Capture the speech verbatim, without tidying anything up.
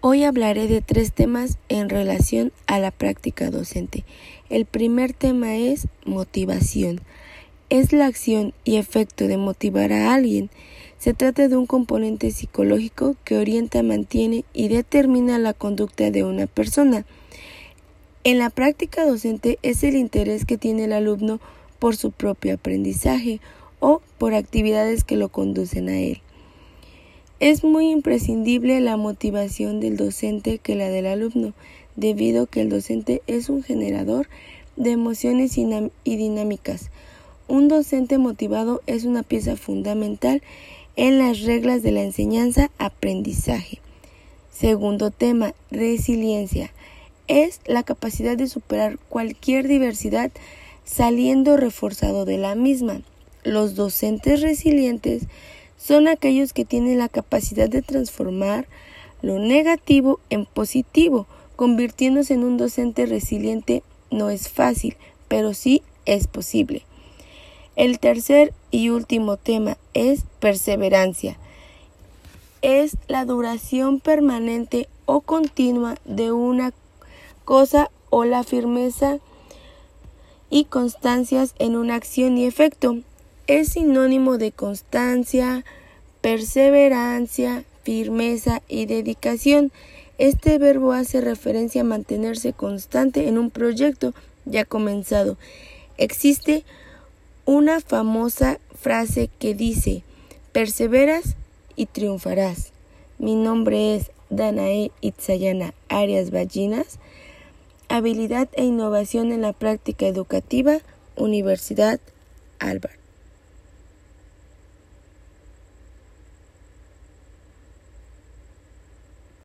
Hoy hablaré de tres temas en relación a la práctica docente. El primer tema es motivación. Es la acción y efecto de motivar a alguien. Se trata de un componente psicológico que orienta, mantiene y determina la conducta de una persona. En la práctica docente es el interés que tiene el alumno por su propio aprendizaje o por actividades que lo conducen a él. Es muy imprescindible la motivación del docente que la del alumno, debido a que el docente es un generador de emociones y dinámicas. Un docente motivado es una pieza fundamental en las reglas de la enseñanza-aprendizaje. Segundo tema, resiliencia. Es la capacidad de superar cualquier diversidad saliendo reforzado de la misma. Los docentes resilientes son aquellos que tienen la capacidad de transformar lo negativo en positivo. Convirtiéndose en un docente resiliente no es fácil, pero sí es posible. El tercer y último tema es perseverancia. Es la duración permanente o continua de una cosa o la firmeza y constancias en una acción y efecto. Es sinónimo de constancia, perseverancia, firmeza y dedicación. Este verbo hace referencia a mantenerse constante en un proyecto ya comenzado. Existe una famosa frase que dice: perseveras y triunfarás. Mi nombre es Danae Itzayana Arias Ballinas. Habilidad e innovación en la práctica educativa, Universidad Albert.